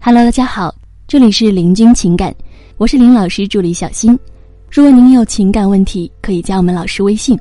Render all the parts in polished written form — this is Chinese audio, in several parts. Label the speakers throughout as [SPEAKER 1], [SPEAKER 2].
[SPEAKER 1] Hello， 大家好，这里是林君情感，我是林老师助理小新。如果您有情感问题，可以加我们老师微信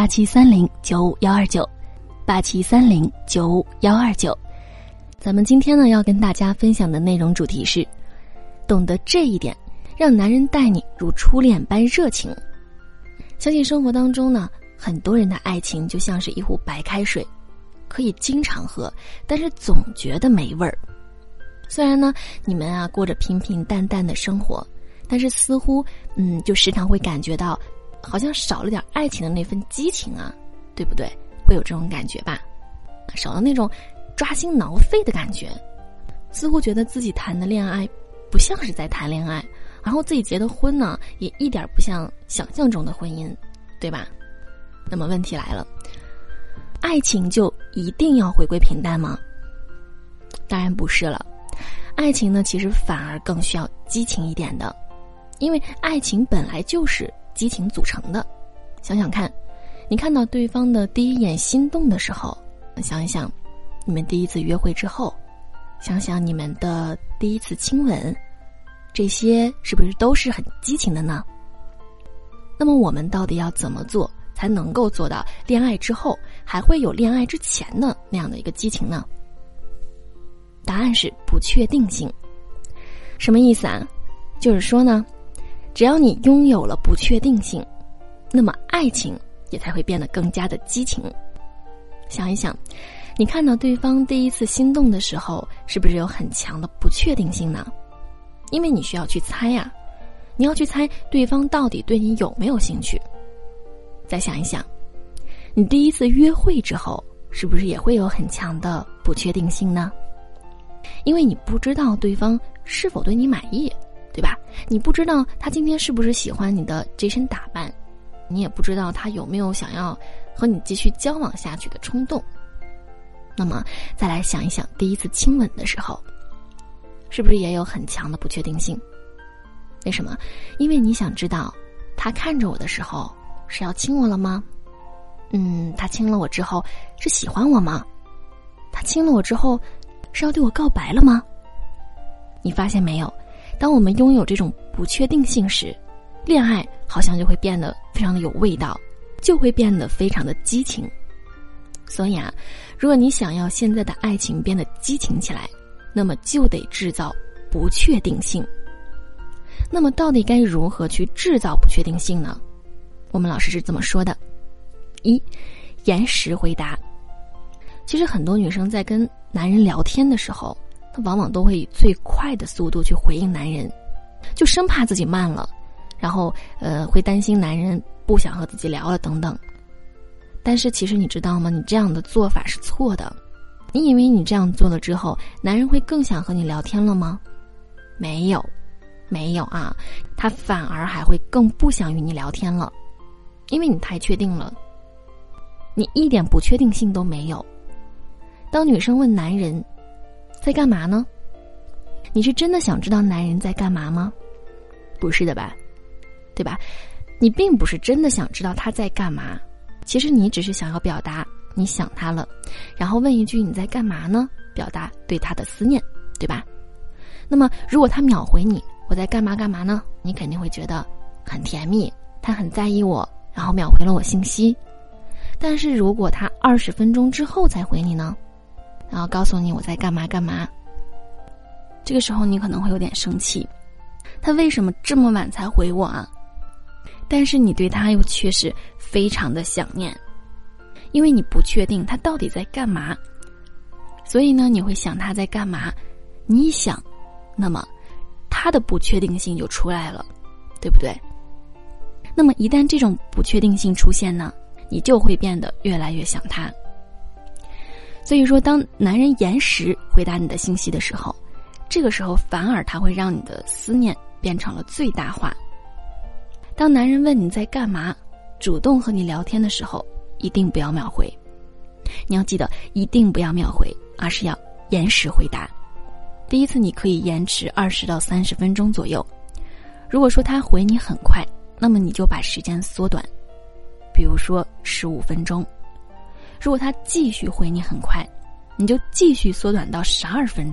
[SPEAKER 1] 8730-95129，8730-95129。咱们今天呢要跟大家分享的内容主题是：懂得这一点，让男人待你如初恋般热情。相信生活当中呢，很多人的爱情就像是一壶白开水，可以经常喝，但是总觉得没味儿。虽然呢，你们过着平平淡淡的生活，但是似乎就时常会感觉到，好像少了点爱情的那份激情啊，对不对？会有这种感觉吧？少了那种抓心挠肺的感觉，似乎觉得自己谈的恋爱不像是在谈恋爱，然后自己结的婚呢，也一点不像想象中的婚姻，对吧？那么问题来了，爱情就一定要回归平淡吗？当然不是了。爱情呢，其实反而更需要激情一点的，因为爱情本来就是激情组成的。想想看，你看到对方的第一眼心动的时候，想一想你们第一次约会之后，想想你们的第一次亲吻，这些是不是都是很激情的呢？那么我们到底要怎么做才能够做到恋爱之后还会有恋爱之前的那样的一个激情呢？答案是不确定性。什么意思啊？就是说呢，只要你拥有了不确定性，那么爱情也才会变得更加的激情。想一想，你看到对方第一次心动的时候，是不是有很强的不确定性呢？因为你需要去猜呀，你要去猜对方到底对你有没有兴趣。再想一想，你第一次约会之后，是不是也会有很强的不确定性呢？因为你不知道对方是否对你满意，对吧？你不知道他今天是不是喜欢你的这身打扮，你也不知道他有没有想要和你继续交往下去的冲动。那么再来想一想，第一次亲吻的时候，是不是也有很强的不确定性？为什么？因为你想知道他看着我的时候是要亲我了吗？他亲了我之后是喜欢我吗？他亲了我之后是要对我告白了吗？你发现没有，当我们拥有这种不确定性时，恋爱好像就会变得非常的有味道，就会变得非常的激情。所以如果你想要现在的爱情变得激情起来，那么就得制造不确定性。那么到底该如何去制造不确定性呢？我们老师是这么说的：一，延时回答。其实很多女生在跟男人聊天的时候，她往往都会以最快的速度去回应男人，就生怕自己慢了，然后会担心男人不想和自己聊了等等。但是其实你知道吗？你这样的做法是错的。你以为你这样做了之后，男人会更想和你聊天了吗？没有啊，他反而还会更不想与你聊天了，因为你太确定了，你一点不确定性都没有。当女生问男人在干嘛呢？你是真的想知道男人在干嘛吗？不是的吧，对吧？你并不是真的想知道他在干嘛，其实你只是想要表达你想他了，然后问一句你在干嘛呢？表达对他的思念，对吧？那么如果他秒回你我在干嘛干嘛呢，你肯定会觉得很甜蜜，他很在意我，然后秒回了我信息。但是如果他20分钟之后才回你呢，然后告诉你我在干嘛干嘛，这个时候你可能会有点生气，他为什么这么晚才回我啊？但是你对他又确实非常的想念，因为你不确定他到底在干嘛，所以呢你会想他在干嘛。你一想，那么他的不确定性就出来了，对不对？那么一旦这种不确定性出现呢，你就会变得越来越想他。所以说，当男人延时回答你的信息的时候，这个时候反而他会让你的思念变成了最大化。当男人问你在干嘛，主动和你聊天的时候，一定不要秒回。你要记得，一定不要秒回，而是要延时回答。第一次你可以延迟20到30分钟左右。如果说他回你很快，那么你就把时间缩短，比如说15分钟。如果他继续回你很快，你就继续缩短到12分钟或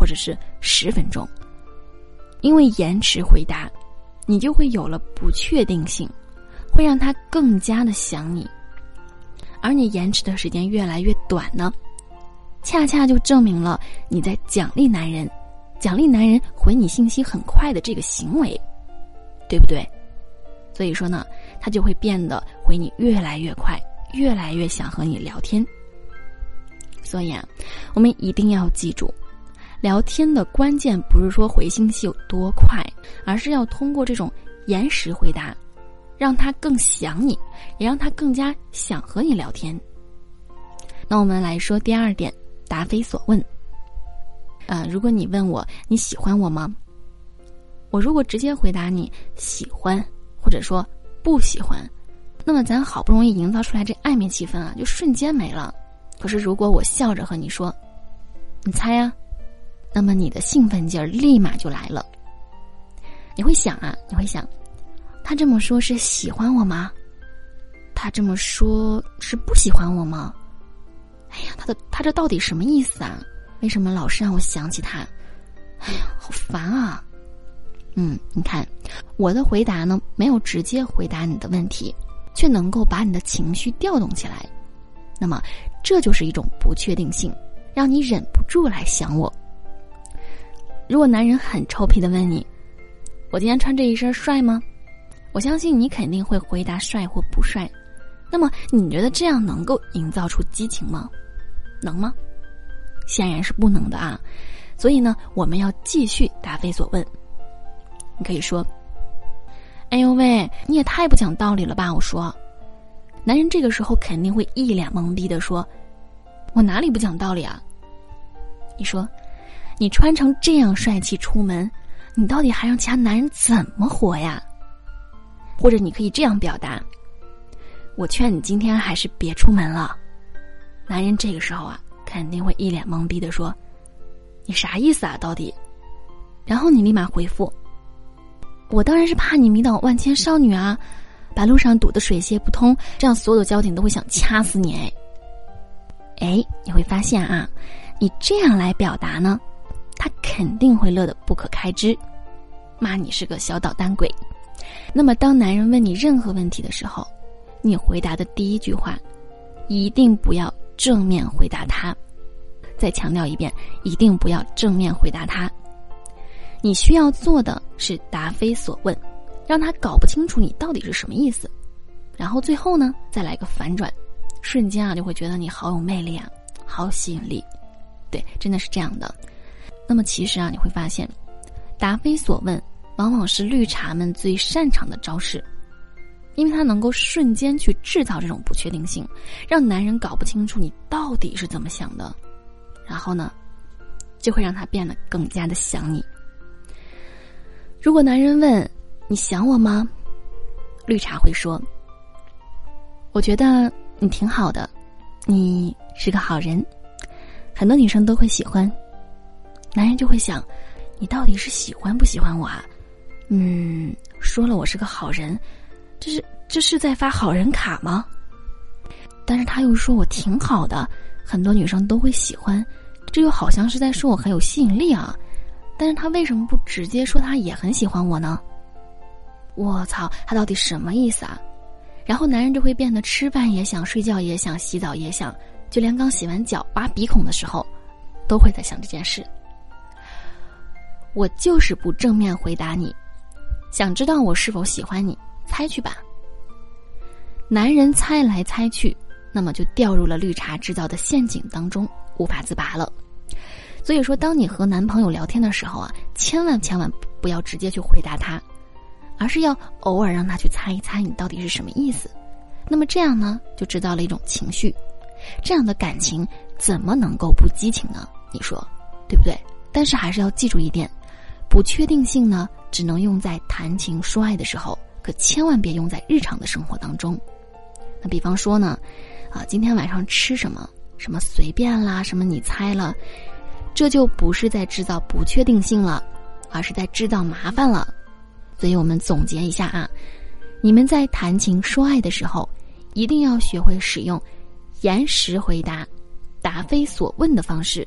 [SPEAKER 1] 或者是10分钟。因为延迟回答，你就会有了不确定性，会让他更加的想你。而你延迟的时间越来越短呢，恰恰就证明了你在奖励男人回你信息很快的这个行为，对不对？所以说呢，他就会变得回你越来越快，越来越想和你聊天。所以啊，我们一定要记住，聊天的关键不是说回信息有多快，而是要通过这种延时回答，让他更想你，也让他更加想和你聊天。那我们来说第二点，答非所问。如果你问我你喜欢我吗？我如果直接回答你喜欢，或者说不喜欢，那么咱好不容易营造出来这暧昧气氛啊，就瞬间没了。可是如果我笑着和你说你猜啊，那么你的兴奋劲儿立马就来了。你会想他这么说是喜欢我吗？他这么说是不喜欢我吗？哎呀，他这到底什么意思啊？为什么老是让我想起他？哎呀，好烦啊！你看，我的回答呢，没有直接回答你的问题，却能够把你的情绪调动起来。那么，这就是一种不确定性，让你忍不住来想我。如果男人很臭屁地问你，我今天穿这一身帅吗？我相信你肯定会回答帅或不帅。那么，你觉得这样能够营造出激情吗？能吗？显然是不能的啊。所以呢，我们要继续答非所问。你可以说，哎呦喂，你也太不讲道理了吧。我说，男人这个时候肯定会一脸懵逼地说，我哪里不讲道理啊？你说，你穿成这样帅气出门，你到底还让其他男人怎么活呀？或者你可以这样表达，我劝你今天还是别出门了。男人这个时候啊，肯定会一脸懵逼地说，你啥意思啊到底？然后你立马回复，我当然是怕你迷倒万千少女啊，把路上堵得水泄不通，这样所有的交警都会想掐死你。你会发现啊，你这样来表达呢，他肯定会乐得不可开支，骂你是个小捣蛋鬼。那么当男人问你任何问题的时候，你回答的第一句话一定不要正面回答他。再强调一遍，一定不要正面回答他。你需要做的是答非所问，让他搞不清楚你到底是什么意思。然后最后呢，再来个反转，瞬间啊就会觉得你好有魅力啊，好吸引力。对，真的是这样的。那么其实啊，你会发现，答非所问往往是绿茶们最擅长的招式，因为它能够瞬间去制造这种不确定性，让男人搞不清楚你到底是怎么想的，然后呢，就会让他变得更加的想你。如果男人问你想我吗？绿茶会说，我觉得你挺好的，你是个好人，很多女生都会喜欢。男人就会想，你到底是喜欢不喜欢我啊？说了我是个好人，这是在发好人卡吗？但是他又说我挺好的，很多女生都会喜欢，这又好像是在说我很有吸引力啊。但是他为什么不直接说他也很喜欢我呢？我操，他到底什么意思啊？然后男人就会变得吃饭也想，睡觉也想，洗澡也想，就连刚洗完脚挖鼻孔的时候都会在想这件事。我就是不正面回答你，想知道我是否喜欢你，猜去吧。男人猜来猜去，那么就掉入了绿茶制造的陷阱当中，无法自拔了。所以说，当你和男朋友聊天的时候啊，千万不要直接去回答他，而是要偶尔让他去猜一猜你到底是什么意思。那么这样呢，就制造了一种情绪，这样的感情怎么能够不激情呢？你说对不对？但是还是要记住一点，不确定性呢，只能用在谈情说爱的时候，可千万别用在日常的生活当中。那比方说呢，今天晚上吃什么随便啦，什么你猜了，这就不是在制造不确定性了，而是在制造麻烦了。所以我们总结一下啊，你们在谈情说爱的时候，一定要学会使用延时回答、答非所问的方式，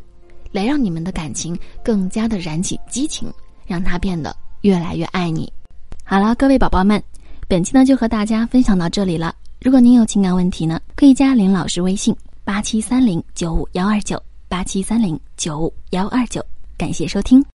[SPEAKER 1] 来让你们的感情更加的燃起激情，让他变得越来越爱你。好了，各位宝宝们，本期呢就和大家分享到这里了。如果您有情感问题呢，可以加林老师微信8730951129，8730951129。感谢收听。